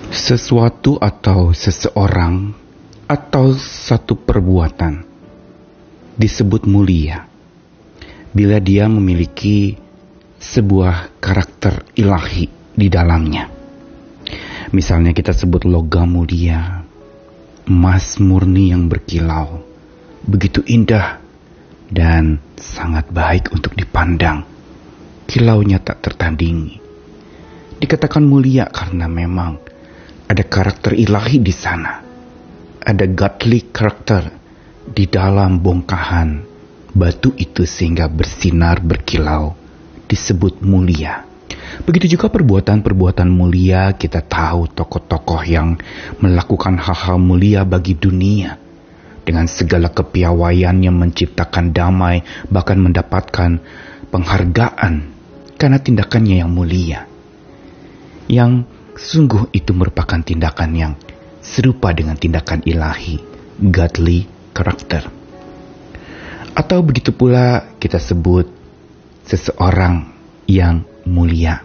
Sesuatu atau seseorang atau satu perbuatan disebut mulia bila dia memiliki sebuah karakter ilahi di dalamnya. Misalnya kita sebut logam mulia, emas murni yang berkilau, begitu indah dan sangat baik untuk dipandang. Kilaunya tak tertandingi. Dikatakan mulia karena memang ada karakter ilahi di sana. Ada godly karakter di dalam bongkahan batu itu sehingga bersinar berkilau, disebut mulia. Begitu juga perbuatan-perbuatan mulia. Kita tahu tokoh-tokoh yang melakukan hal-hal mulia bagi dunia dengan segala kepiawaiannya menciptakan damai, bahkan mendapatkan penghargaan karena tindakannya yang mulia, yang sungguh itu merupakan tindakan yang serupa dengan tindakan ilahi, godly character. Atau begitu pula kita sebut seseorang yang mulia,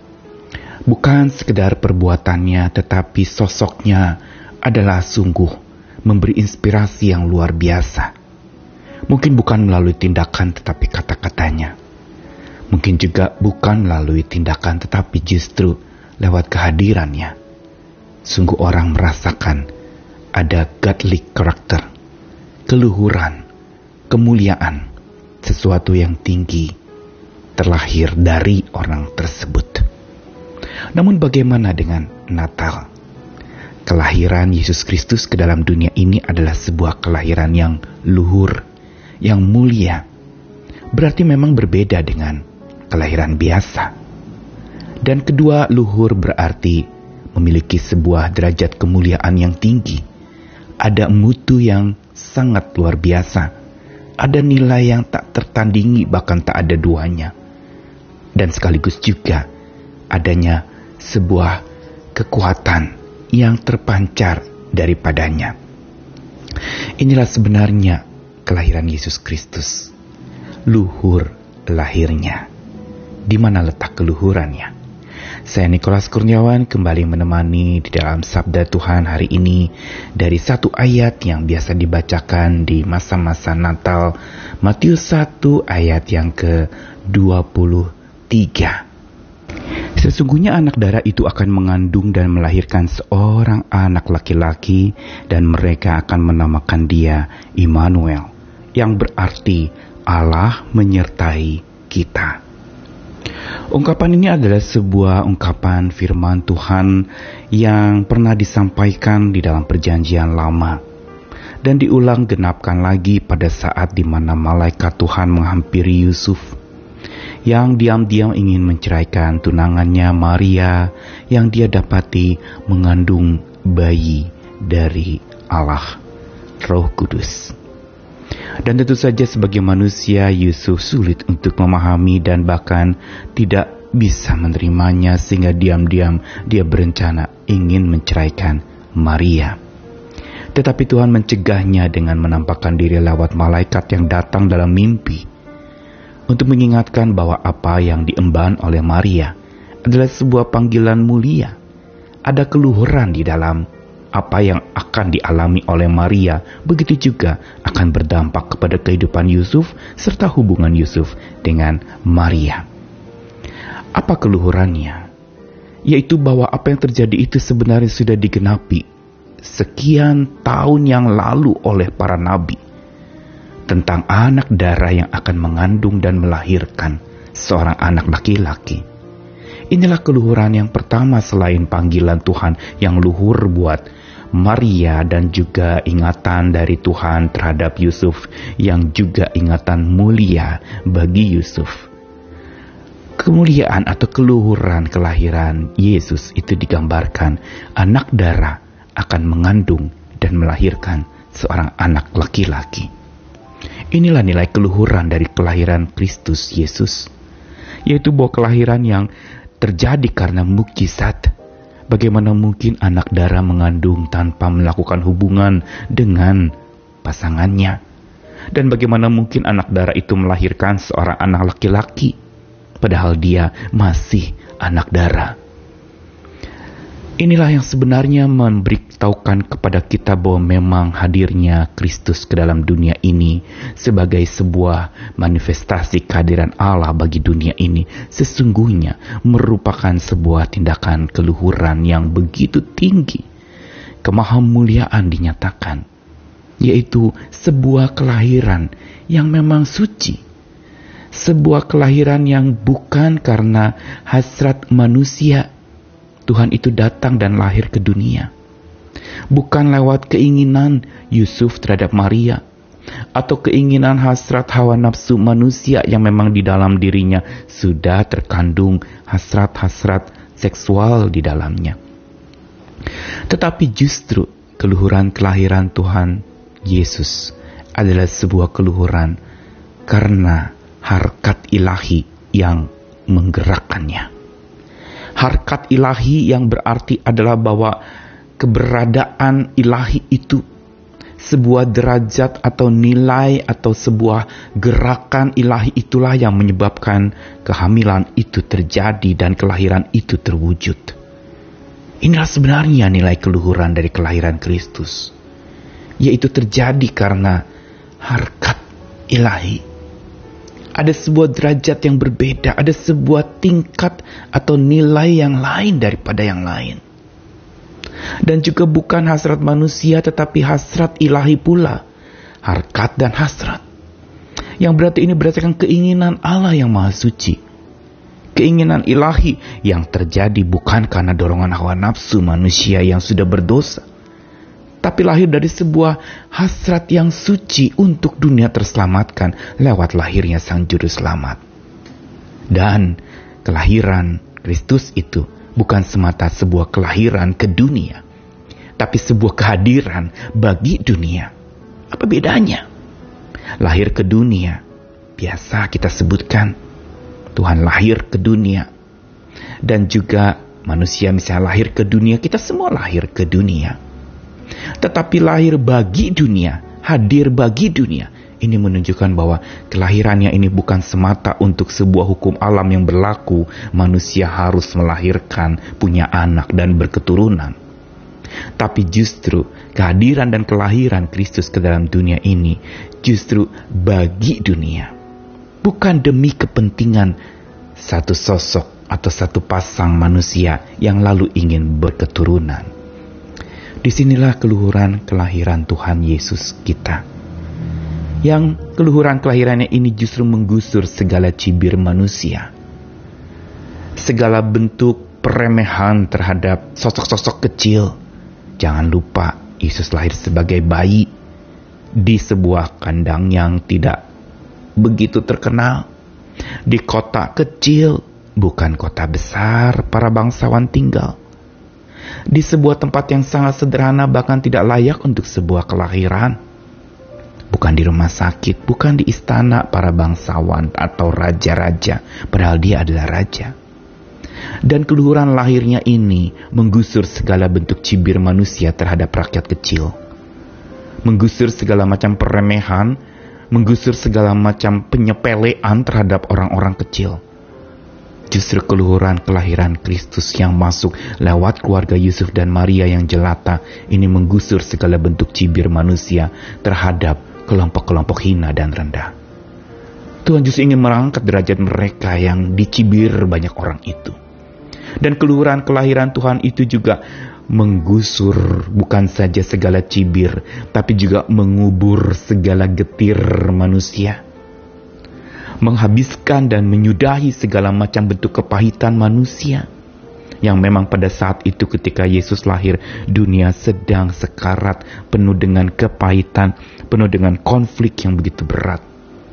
bukan sekedar perbuatannya, tetapi sosoknya adalah sungguh memberi inspirasi yang luar biasa. Mungkin bukan melalui tindakan tetapi kata-katanya. Mungkin juga bukan melalui tindakan tetapi justru lewat kehadirannya. Sungguh orang merasakan ada godly character, keluhuran, kemuliaan, sesuatu yang tinggi terlahir dari orang tersebut. Namun bagaimana dengan Natal? Kelahiran Yesus Kristus ke dalam dunia ini adalah sebuah kelahiran yang luhur, yang mulia. Berarti memang berbeda dengan kelahiran biasa. Dan kedua, luhur berarti memiliki sebuah derajat kemuliaan yang tinggi. Ada mutu yang sangat luar biasa. Ada nilai yang tak tertandingi, bahkan tak ada duanya. Dan sekaligus juga adanya sebuah kekuatan yang terpancar daripadanya. Inilah sebenarnya kelahiran Yesus Kristus. Luhur lahirnya. Di mana letak keluhurannya? Saya Nikolas Kurniawan kembali menemani di dalam Sabda Tuhan hari ini dari satu ayat yang biasa dibacakan di masa-masa Natal, Matius 1 ayat yang ke-23. Sesungguhnya anak darah itu akan mengandung dan melahirkan seorang anak laki-laki, dan mereka akan menamakan dia Immanuel, yang berarti Allah menyertai kita. Ungkapan ini adalah sebuah ungkapan firman Tuhan yang pernah disampaikan di dalam perjanjian lama dan diulang genapkan lagi pada saat di mana malaikat Tuhan menghampiri Yusuf yang diam-diam ingin menceraikan tunangannya Maria yang dia dapati mengandung bayi dari Allah, Roh Kudus. Dan tentu saja sebagai manusia Yusuf sulit untuk memahami dan bahkan tidak bisa menerimanya, sehingga diam-diam dia berencana ingin menceraikan Maria. Tetapi Tuhan mencegahnya dengan menampakkan diri lewat malaikat yang datang dalam mimpi untuk mengingatkan bahwa apa yang diemban oleh Maria adalah sebuah panggilan mulia. Ada keluhuran di dalam apa yang akan dialami oleh Maria, begitu juga akan berdampak kepada kehidupan Yusuf serta hubungan Yusuf dengan Maria. Apa keluhurannya? Yaitu bahwa apa yang terjadi itu sebenarnya sudah digenapi sekian tahun yang lalu oleh para nabi tentang anak darah yang akan mengandung dan melahirkan seorang anak laki-laki. Inilah keluhuran yang pertama selain panggilan Tuhan yang luhur buat Maria, dan juga ingatan dari Tuhan terhadap Yusuf yang juga ingatan mulia bagi Yusuf. Kemuliaan atau keluhuran kelahiran Yesus itu digambarkan anak darah akan mengandung dan melahirkan seorang anak laki-laki. Inilah nilai keluhuran dari kelahiran Kristus Yesus, yaitu bahwa kelahiran yang terjadi karena mukjizat. Bagaimana mungkin anak darah mengandung tanpa melakukan hubungan dengan pasangannya? Dan bagaimana mungkin anak darah itu melahirkan seorang anak laki-laki, padahal dia masih anak darah? Inilah yang sebenarnya memberitahukan kepada kita bahwa memang hadirnya Kristus ke dalam dunia ini sebagai sebuah manifestasi kehadiran Allah bagi dunia ini sesungguhnya merupakan sebuah tindakan keluhuran yang begitu tinggi. Kemahamuliaan dinyatakan, yaitu sebuah kelahiran yang memang suci. Sebuah kelahiran yang bukan karena hasrat manusia. Tuhan itu datang dan lahir ke dunia. Bukan lewat keinginan Yusuf terhadap Maria, atau keinginan hasrat hawa nafsu manusia yang memang di dalam dirinya sudah terkandung hasrat-hasrat seksual di dalamnya. Tetapi justru keluhuran kelahiran Tuhan Yesus adalah sebuah keluhuran karena harkat ilahi yang menggerakkannya. Harkat ilahi yang berarti adalah bahwa keberadaan ilahi itu sebuah derajat atau nilai atau sebuah gerakan ilahi itulah yang menyebabkan kehamilan itu terjadi dan kelahiran itu terwujud. Inilah sebenarnya nilai keluhuran dari kelahiran Kristus, yaitu terjadi karena harkat ilahi. Ada sebuah derajat yang berbeda, ada sebuah tingkat atau nilai yang lain daripada yang lain. Dan juga bukan hasrat manusia tetapi hasrat ilahi pula. Harkat dan hasrat. Yang berarti ini berdasarkan keinginan Allah yang maha suci. Keinginan ilahi yang terjadi bukan karena dorongan hawa nafsu manusia yang sudah berdosa, tapi lahir dari sebuah hasrat yang suci untuk dunia terselamatkan lewat lahirnya Sang Juru Selamat. Dan kelahiran Kristus itu bukan semata sebuah kelahiran ke dunia, tapi sebuah kehadiran bagi dunia. Apa bedanya? Lahir ke dunia, biasa kita sebutkan Tuhan lahir ke dunia. Dan juga manusia misalnya lahir ke dunia, kita semua lahir ke dunia. Tetapi lahir bagi dunia, hadir bagi dunia, ini menunjukkan bahwa kelahirannya ini bukan semata untuk sebuah hukum alam yang berlaku, manusia harus melahirkan, punya anak dan berketurunan. Tapi justru kehadiran dan kelahiran Kristus ke dalam dunia ini justru bagi dunia, bukan demi kepentingan satu sosok atau satu pasang manusia yang lalu ingin berketurunan. Disinilah keluhuran kelahiran Tuhan Yesus kita. Yang keluhuran kelahirannya ini justru menggusur segala cibir manusia. Segala bentuk peremehan terhadap sosok-sosok kecil. Jangan lupa, Yesus lahir sebagai bayi di sebuah kandang yang tidak begitu terkenal. Di kota kecil, bukan kota besar para bangsawan tinggal. Di sebuah tempat yang sangat sederhana, bahkan tidak layak untuk sebuah kelahiran. Bukan di rumah sakit, bukan di istana para bangsawan atau raja-raja, padahal dia adalah raja. Dan keluhuran lahirnya ini menggusur segala bentuk cibir manusia terhadap rakyat kecil. Menggusur segala macam peremehan, menggusur segala macam penyepelean terhadap orang-orang kecil. Justru keluhuran kelahiran Kristus yang masuk lewat keluarga Yusuf dan Maria yang jelata ini menggusur segala bentuk cibir manusia terhadap kelompok-kelompok hina dan rendah. Tuhan justru ingin mengangkat derajat mereka yang dicibir banyak orang itu. Dan keluhuran kelahiran Tuhan itu juga menggusur bukan saja segala cibir, tapi juga mengubur segala getir manusia. Menghabiskan dan menyudahi segala macam bentuk kepahitan manusia. Yang memang pada saat itu ketika Yesus lahir, dunia sedang sekarat, penuh dengan kepahitan, penuh dengan konflik yang begitu berat.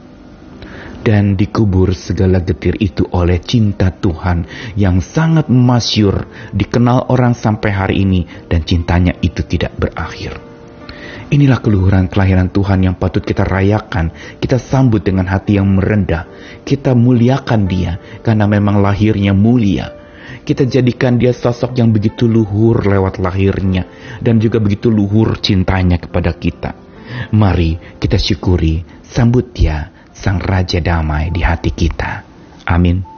Dan dikubur segala getir itu oleh cinta Tuhan yang sangat masyhur, dikenal orang sampai hari ini, dan cintanya itu tidak berakhir. Inilah keluhuran kelahiran Tuhan yang patut kita rayakan, kita sambut dengan hati yang merendah, kita muliakan Dia karena memang lahirnya mulia. Kita jadikan Dia sosok yang begitu luhur lewat lahirnya, dan juga begitu luhur cintanya kepada kita. Mari kita syukuri, sambut Dia, Sang Raja Damai di hati kita. Amin.